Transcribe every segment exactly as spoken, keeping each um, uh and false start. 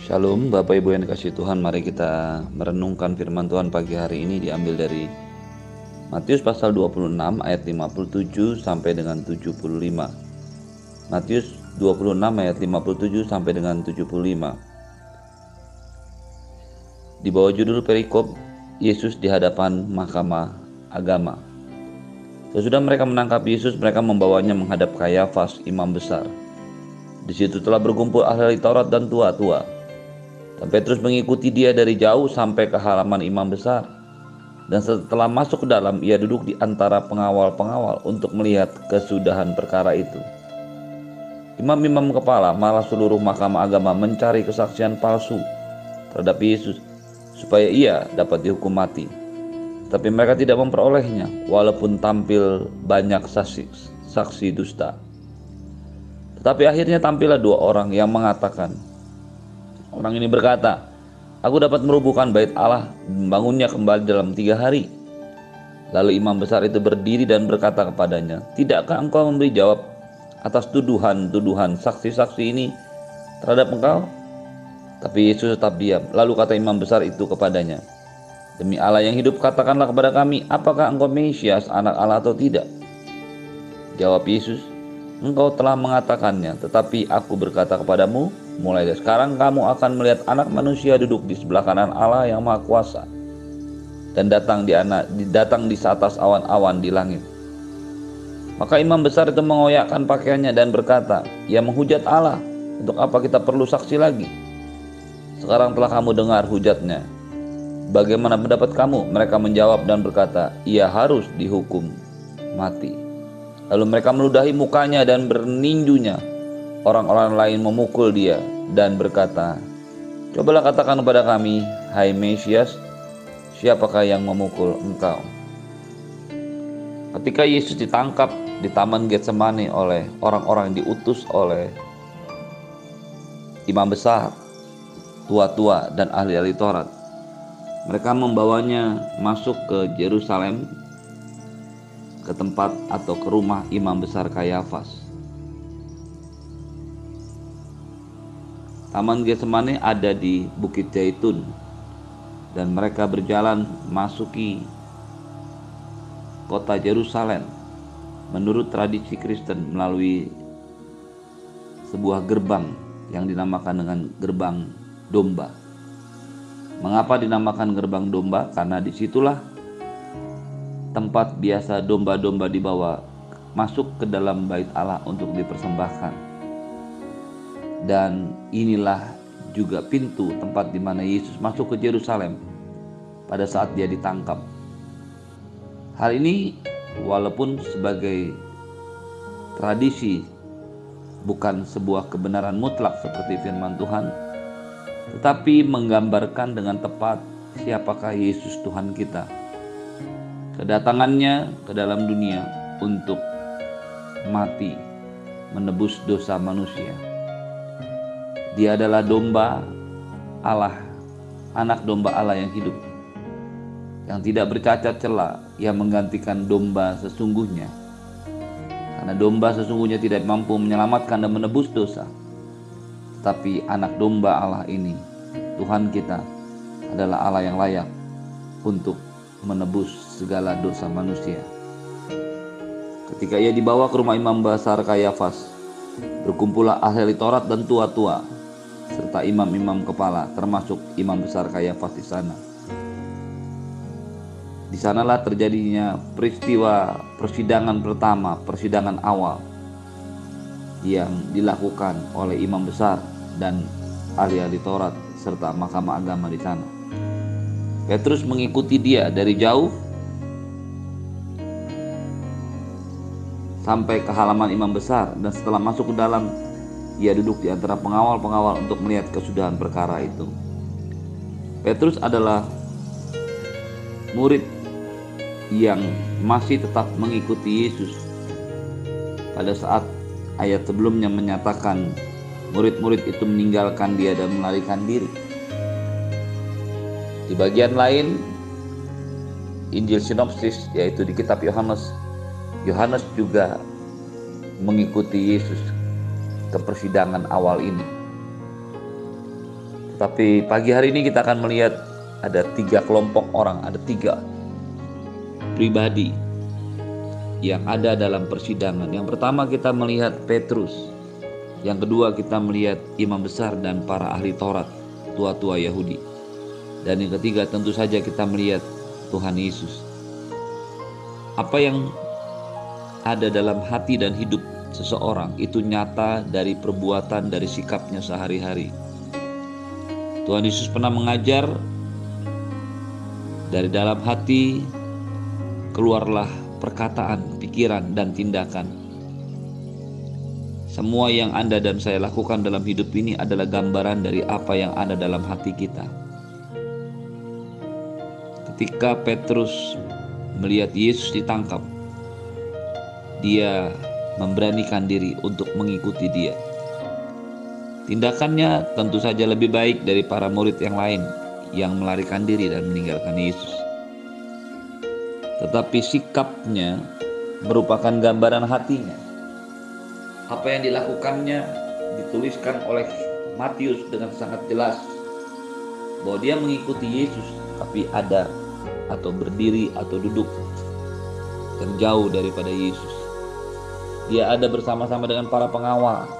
Shalom Bapak Ibu yang dikasihi Tuhan, mari kita merenungkan firman Tuhan pagi hari ini diambil dari Matius pasal dua puluh enam ayat lima puluh tujuh sampai dengan tujuh puluh lima. Matius dua puluh enam ayat lima puluh tujuh sampai dengan tujuh puluh lima. Di bawah judul perikop Yesus di hadapan mahkamah agama. Sesudah mereka menangkap Yesus, mereka membawanya menghadap Kayafas, imam besar. Di situ telah berkumpul ahli Taurat dan tua-tua. Dan Petrus mengikuti dia dari jauh sampai ke halaman imam besar. Dan setelah masuk ke dalam, ia duduk di antara pengawal-pengawal untuk melihat kesudahan perkara itu. Imam-imam kepala malah seluruh mahkamah agama mencari kesaksian palsu terhadap Yesus supaya ia dapat dihukum mati. Tapi mereka tidak memperolehnya, walaupun tampil banyak saksi, saksi dusta. Tetapi akhirnya tampillah dua orang yang mengatakan, orang ini berkata, aku dapat merubuhkan bait Allah dan membangunnya kembali dalam tiga hari. Lalu imam besar itu berdiri dan berkata kepadanya, tidakkah engkau memberi jawab atas tuduhan-tuduhan saksi-saksi ini terhadap engkau? Tapi Yesus tetap diam. Lalu kata imam besar itu kepadanya, demi Allah yang hidup, katakanlah kepada kami, apakah engkau Mesias, anak Allah atau tidak? Jawab Yesus, engkau telah mengatakannya, tetapi aku berkata kepadamu, mulai dari sekarang kamu akan melihat Anak Manusia duduk di sebelah kanan Allah yang Maha Kuasa, dan datang di anak, datang di atas awan-awan di langit. Maka imam besar itu mengoyakkan pakaiannya dan berkata, ia menghujat Allah, untuk apa kita perlu saksi lagi? Sekarang telah kamu dengar hujatnya. Bagaimana pendapat kamu? Mereka menjawab dan berkata, ia harus dihukum mati. Lalu mereka meludahi mukanya dan berninjunya. Orang-orang lain memukul dia dan berkata, cobalah katakan kepada kami, hai Mesias, siapakah yang memukul engkau? Ketika Yesus ditangkap di Taman Getsemani oleh orang-orang yang diutus oleh imam besar, tua-tua, dan ahli-ahli Taurat, mereka membawanya masuk ke Yerusalem, ke tempat atau ke rumah imam besar Kayafas. Taman Getsemani ada di Bukit Zaitun, dan mereka berjalan masuki kota Yerusalem menurut tradisi Kristen melalui sebuah gerbang yang dinamakan dengan gerbang domba. Mengapa dinamakan gerbang domba? Karena disitulah tempat biasa domba-domba dibawa masuk ke dalam bait Allah untuk dipersembahkan. Dan inilah juga pintu tempat di mana Yesus masuk ke Yerusalem pada saat dia ditangkap. Hal ini walaupun sebagai tradisi, bukan sebuah kebenaran mutlak seperti firman Tuhan, tetapi menggambarkan dengan tepat siapakah Yesus Tuhan kita. Kedatangannya ke dalam dunia untuk mati, menebus dosa manusia. Dia adalah domba Allah, anak domba Allah yang hidup, yang tidak bercacat celah, yang menggantikan domba sesungguhnya. Karena domba sesungguhnya tidak mampu menyelamatkan dan menebus dosa. Tetapi anak domba Allah ini, Tuhan kita, adalah Allah yang layak untuk menebus segala dosa manusia. Ketika ia dibawa ke rumah imam besar Kayafas, berkumpullah ahli Taurat dan tua-tua serta imam-imam kepala, termasuk imam besar Kayafas di sana. Di sanalah terjadinya peristiwa persidangan pertama, persidangan awal yang dilakukan oleh imam besar dan ahli-ahli Taurat serta mahkamah agama di sana. Petrus mengikuti dia dari jauh sampai ke halaman imam besar, dan setelah masuk ke dalam, ia duduk di antara pengawal-pengawal untuk melihat kesudahan perkara itu. Petrus adalah murid yang masih tetap mengikuti Yesus pada saat ayat sebelumnya menyatakan murid-murid itu meninggalkan dia dan melarikan diri. Di bagian lain Injil sinopsis, yaitu di kitab Yohanes, Yohanes juga mengikuti Yesus ke persidangan awal ini. Tapi pagi hari ini kita akan melihat ada tiga kelompok orang, ada tiga pribadi yang ada dalam persidangan. Yang pertama kita melihat Petrus, yang kedua kita melihat imam besar dan para ahli Taurat, tua-tua Yahudi, dan yang ketiga tentu saja kita melihat Tuhan Yesus. Apa yang ada dalam hati dan hidup seseorang itu nyata dari perbuatan, dari sikapnya sehari-hari. Tuhan Yesus pernah mengajar, dari dalam hati keluarlah perkataan, pikiran, dan tindakan. Semua yang Anda dan saya lakukan dalam hidup ini adalah gambaran dari apa yang ada dalam hati kita. Ketika Petrus melihat Yesus ditangkap, dia memberanikan diri untuk mengikuti dia. Tindakannya tentu saja lebih baik dari para murid yang lain yang melarikan diri dan meninggalkan Yesus. Tetapi sikapnya merupakan gambaran hatinya. Apa yang dilakukannya dituliskan oleh Matius dengan sangat jelas bahwa dia mengikuti Yesus, tapi ada atau berdiri atau duduk yang jauh daripada Yesus. Dia ada bersama-sama dengan para pengawal.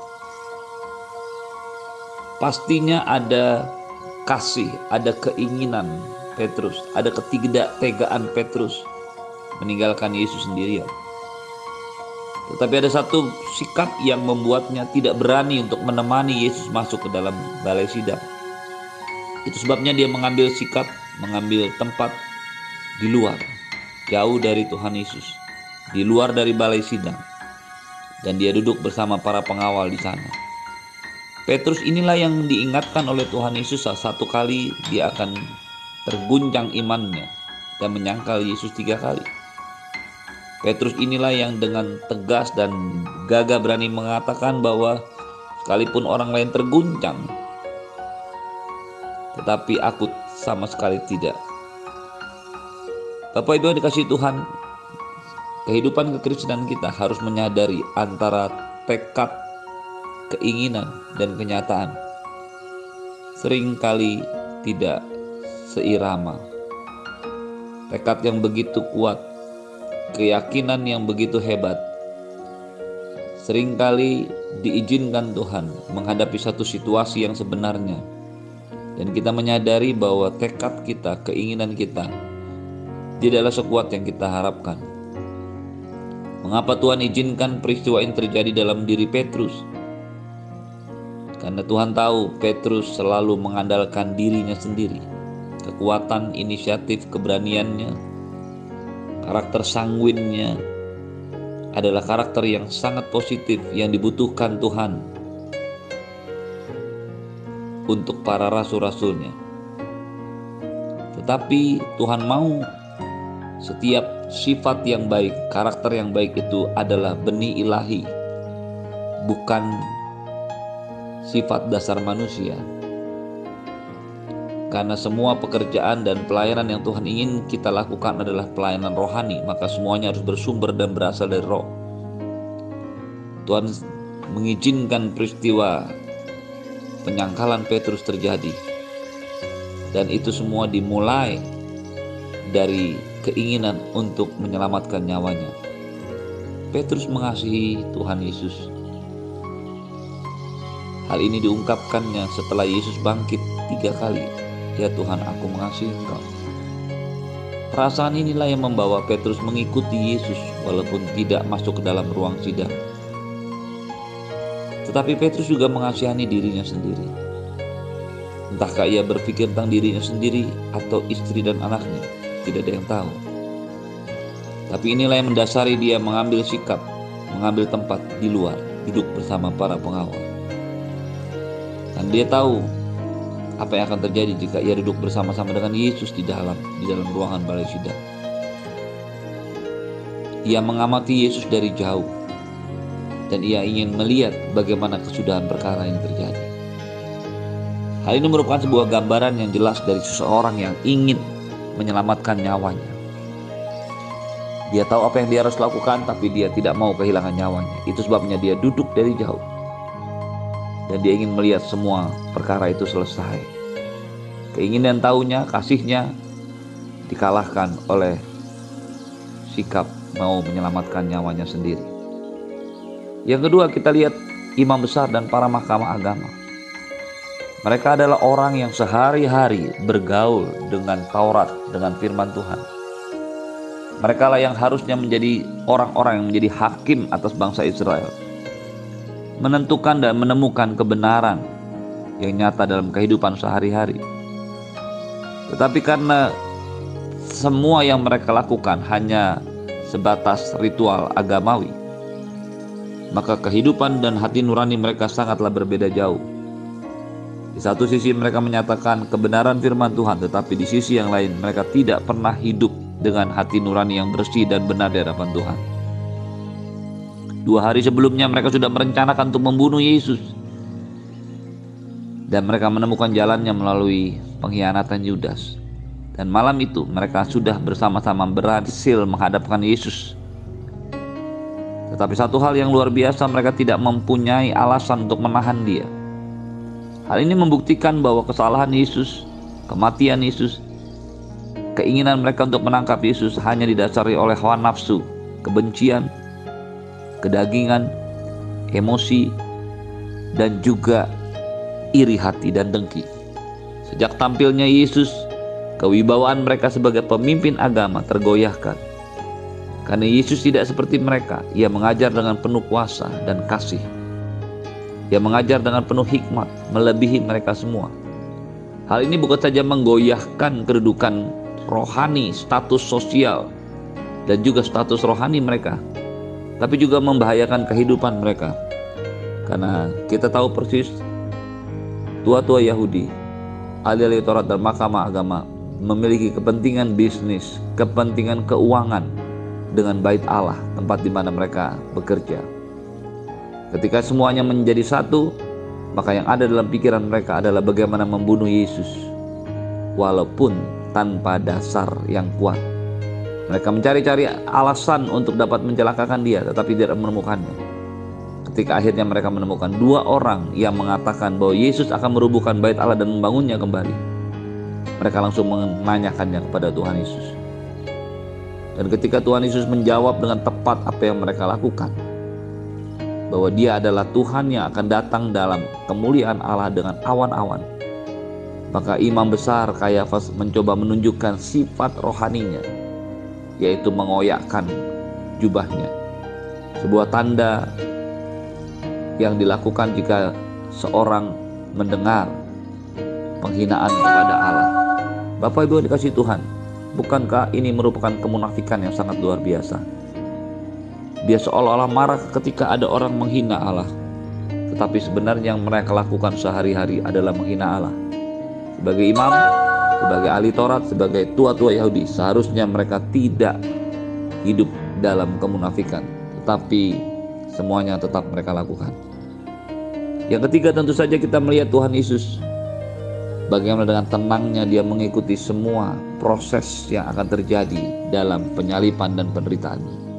Pastinya ada kasih, ada keinginan Petrus, ada ketidaktegaan Petrus meninggalkan Yesus sendirian. Tetapi ada satu sikap yang membuatnya tidak berani untuk menemani Yesus masuk ke dalam balai sidang. Itu sebabnya dia mengambil sikap, mengambil tempat di luar, jauh dari Tuhan Yesus, di luar dari balai sidang, dan dia duduk bersama para pengawal di sana. Petrus inilah yang diingatkan oleh Tuhan Yesus saat satu kali dia akan terguncang imannya dan menyangkal Yesus tiga kali. Petrus inilah yang dengan tegas dan gagah berani mengatakan bahwa sekalipun orang lain terguncang, tetapi aku sama sekali tidak. Bapak Ibu yang dikasihi Tuhan, kehidupan kekristenan kita harus menyadari antara tekad, keinginan, dan kenyataan seringkali tidak seirama. Tekad yang begitu kuat, keyakinan yang begitu hebat, seringkali diizinkan Tuhan menghadapi satu situasi yang sebenarnya, dan kita menyadari bahwa tekad kita, keinginan kita tidaklah sekuat yang kita harapkan. Mengapa Tuhan izinkan peristiwa ini terjadi dalam diri Petrus? Karena Tuhan tahu Petrus selalu mengandalkan dirinya sendiri. Kekuatan, inisiatif, keberaniannya, karakter sanguinnya adalah karakter yang sangat positif yang dibutuhkan Tuhan untuk para rasul-rasulnya. Tetapi Tuhan mau setiap sifat yang baik, karakter yang baik itu adalah benih ilahi, bukan sifat dasar manusia. Karena semua pekerjaan dan pelayanan yang Tuhan ingin kita lakukan adalah pelayanan rohani, maka semuanya harus bersumber dan berasal dari roh. Tuhan mengizinkan peristiwa penyangkalan Petrus terjadi, dan itu semua dimulai dari keinginan untuk menyelamatkan nyawanya. Petrus mengasihi Tuhan Yesus. Hal ini diungkapkannya setelah Yesus bangkit tiga kali. Ya Tuhan, aku mengasihi Engkau. Perasaan inilah yang membawa Petrus mengikuti Yesus walaupun tidak masuk ke dalam ruang sidang. Tetapi Petrus juga mengasihani dirinya sendiri. Entahkah ia berpikir tentang dirinya sendiri atau istri dan anaknya, tidak ada yang tahu. Tapi inilah yang mendasari dia mengambil sikap, mengambil tempat di luar, duduk bersama para pengawal. Dan dia tahu apa yang akan terjadi jika ia duduk bersama-sama dengan Yesus di dalam di dalam ruangan balai sidang. Ia mengamati Yesus dari jauh, dan ia ingin melihat bagaimana kesudahan perkara ini terjadi. Hal ini merupakan sebuah gambaran yang jelas dari seseorang yang ingin menyelamatkan nyawanya. Dia tahu apa yang dia harus lakukan, tapi dia tidak mau kehilangan nyawanya. Itu sebabnya dia duduk dari jauh, dan dia ingin melihat semua perkara itu selesai. Keinginan tahunya, kasihnya dikalahkan oleh sikap mau menyelamatkan nyawanya sendiri. Yang kedua, kita lihat imam besar dan para mahkamah agama. Mereka adalah orang yang sehari-hari bergaul dengan Taurat, dengan firman Tuhan. Mereka lah yang harusnya menjadi orang-orang yang menjadi hakim atas bangsa Israel, menentukan dan menemukan kebenaran yang nyata dalam kehidupan sehari-hari. Tetapi karena semua yang mereka lakukan hanya sebatas ritual agamawi, maka kehidupan dan hati nurani mereka sangatlah berbeda jauh. Di satu sisi mereka menyatakan kebenaran firman Tuhan, tetapi di sisi yang lain mereka tidak pernah hidup dengan hati nurani yang bersih dan benar di hadapan Tuhan. Dua hari sebelumnya mereka sudah merencanakan untuk membunuh Yesus, dan mereka menemukan jalannya melalui pengkhianatan Yudas. Dan malam itu mereka sudah bersama-sama berhasil menghadapkan Yesus. Tetapi satu hal yang luar biasa, mereka tidak mempunyai alasan untuk menahan dia. Hal ini membuktikan bahwa kesalahan Yesus, kematian Yesus, keinginan mereka untuk menangkap Yesus hanya didasari oleh hawa nafsu, kebencian, kedagingan, emosi, dan juga iri hati dan dengki. Sejak tampilnya Yesus, kewibawaan mereka sebagai pemimpin agama tergoyahkan. Karena Yesus tidak seperti mereka, ia mengajar dengan penuh kuasa dan kasih. Ia mengajar dengan penuh hikmat, melebihi mereka semua. Hal ini bukan saja menggoyahkan kedudukan rohani, status sosial, dan juga status rohani mereka, tapi juga membahayakan kehidupan mereka. Karena kita tahu persis, tua-tua Yahudi, ahli-ahli Taurat dan mahkamah agama memiliki kepentingan bisnis, kepentingan keuangan dengan bait Allah, tempat di mana mereka bekerja. Ketika semuanya menjadi satu, maka yang ada dalam pikiran mereka adalah bagaimana membunuh Yesus, walaupun tanpa dasar yang kuat. Mereka mencari-cari alasan untuk dapat mencelakakan dia, tetapi tidak menemukannya. Ketika akhirnya mereka menemukan dua orang yang mengatakan bahwa Yesus akan merubuhkan bait Allah dan membangunnya kembali, mereka langsung menanyakannya kepada Tuhan Yesus. Dan ketika Tuhan Yesus menjawab dengan tepat apa yang mereka lakukan, bahwa dia adalah Tuhan yang akan datang dalam kemuliaan Allah dengan awan-awan, maka imam besar Kayafas mencoba menunjukkan sifat rohaninya, yaitu mengoyakkan jubahnya. Sebuah tanda yang dilakukan jika seorang mendengar penghinaan kepada Allah. Bapak Ibu dikasih Tuhan, bukankah ini merupakan kemunafikan yang sangat luar biasa? Dia seolah-olah marah ketika ada orang menghina Allah, tetapi sebenarnya yang mereka lakukan sehari-hari adalah menghina Allah. Sebagai imam, sebagai ahli Taurat, sebagai tua-tua Yahudi, seharusnya mereka tidak hidup dalam kemunafikan, tetapi semuanya tetap mereka lakukan. Yang ketiga, tentu saja kita melihat Tuhan Yesus, bagaimana dengan tenangnya dia mengikuti semua proses yang akan terjadi dalam penyalipan dan penderitaannya.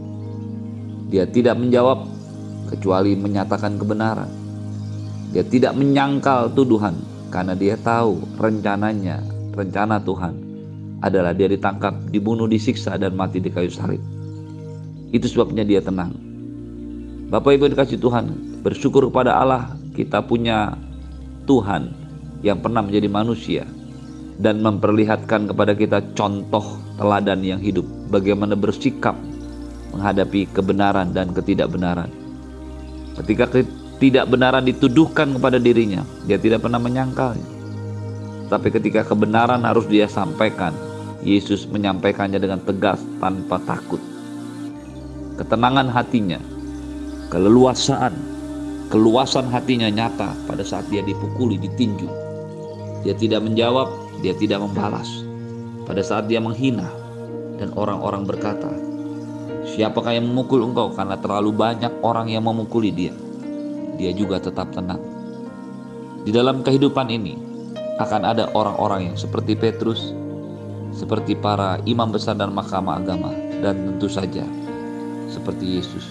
Dia tidak menjawab kecuali menyatakan kebenaran. Dia tidak menyangkal tuduhan, karena dia tahu rencananya, rencana Tuhan adalah dia ditangkap, dibunuh, disiksa, dan mati di kayu salib. Itu sebabnya dia tenang. Bapak Ibu dikasih Tuhan, bersyukur kepada Allah kita punya Tuhan yang pernah menjadi manusia dan memperlihatkan kepada kita contoh teladan yang hidup, bagaimana bersikap menghadapi kebenaran dan ketidakbenaran. Ketika ketidakbenaran dituduhkan kepada dirinya, dia tidak pernah menyangkalnya. Tapi ketika kebenaran harus dia sampaikan, Yesus menyampaikannya dengan tegas tanpa takut. Ketenangan hatinya, keleluasaan, keluasan hatinya nyata pada saat dia dipukuli, ditinju. Dia tidak menjawab, dia tidak membalas. Pada saat dia menghina dan orang-orang berkata, "Siapakah yang memukul engkau?" Karena terlalu banyak orang yang memukuli dia, dia juga tetap tenang. Di dalam kehidupan ini akan ada orang-orang yang seperti Petrus, seperti para imam besar dan mahkamah agama, dan tentu saja seperti Yesus.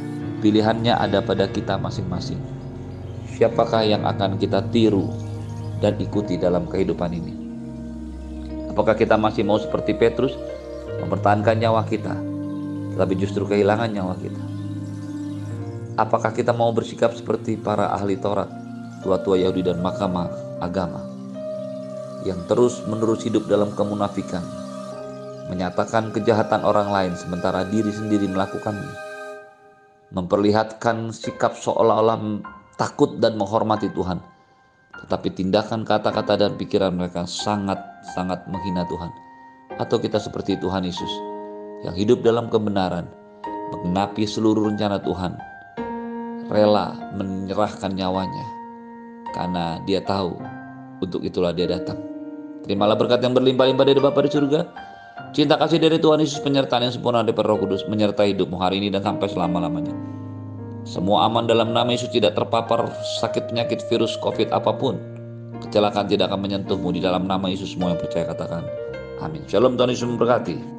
Pilihannya ada pada kita masing-masing. Siapakah yang akan kita tiru? dan ikuti dalam kehidupan ini. Apakah kita masih mau seperti Petrus, mempertahankan nyawa kita, tetapi justru kehilangan nyawa kita? Apakah kita mau bersikap seperti para ahli Taurat, tua-tua Yahudi dan mahkamah agama, yang terus-menerus hidup dalam kemunafikan, menyatakan kejahatan orang lain sementara diri sendiri melakukannya, memperlihatkan sikap seolah-olah takut dan menghormati Tuhan, tetapi tindakan, kata-kata, dan pikiran mereka sangat-sangat menghina Tuhan? Atau kita seperti Tuhan Yesus yang hidup dalam kebenaran, menggenapi seluruh rencana Tuhan, rela menyerahkan nyawanya karena dia tahu untuk itulah dia datang. Terimalah berkat yang berlimpah-limpah dari Bapa di surga, cinta kasih dari Tuhan Yesus, penyertaan yang sempurna dari Roh Kudus menyertai hidupmu hari ini dan sampai selama-lamanya. Semua aman dalam nama Yesus, tidak terpapar sakit, penyakit, virus, covid apapun. Kecelakaan tidak akan menyentuhmu. Di dalam nama Yesus semua yang percaya katakan amin. Shalom, Tuhan Yesus memberkati.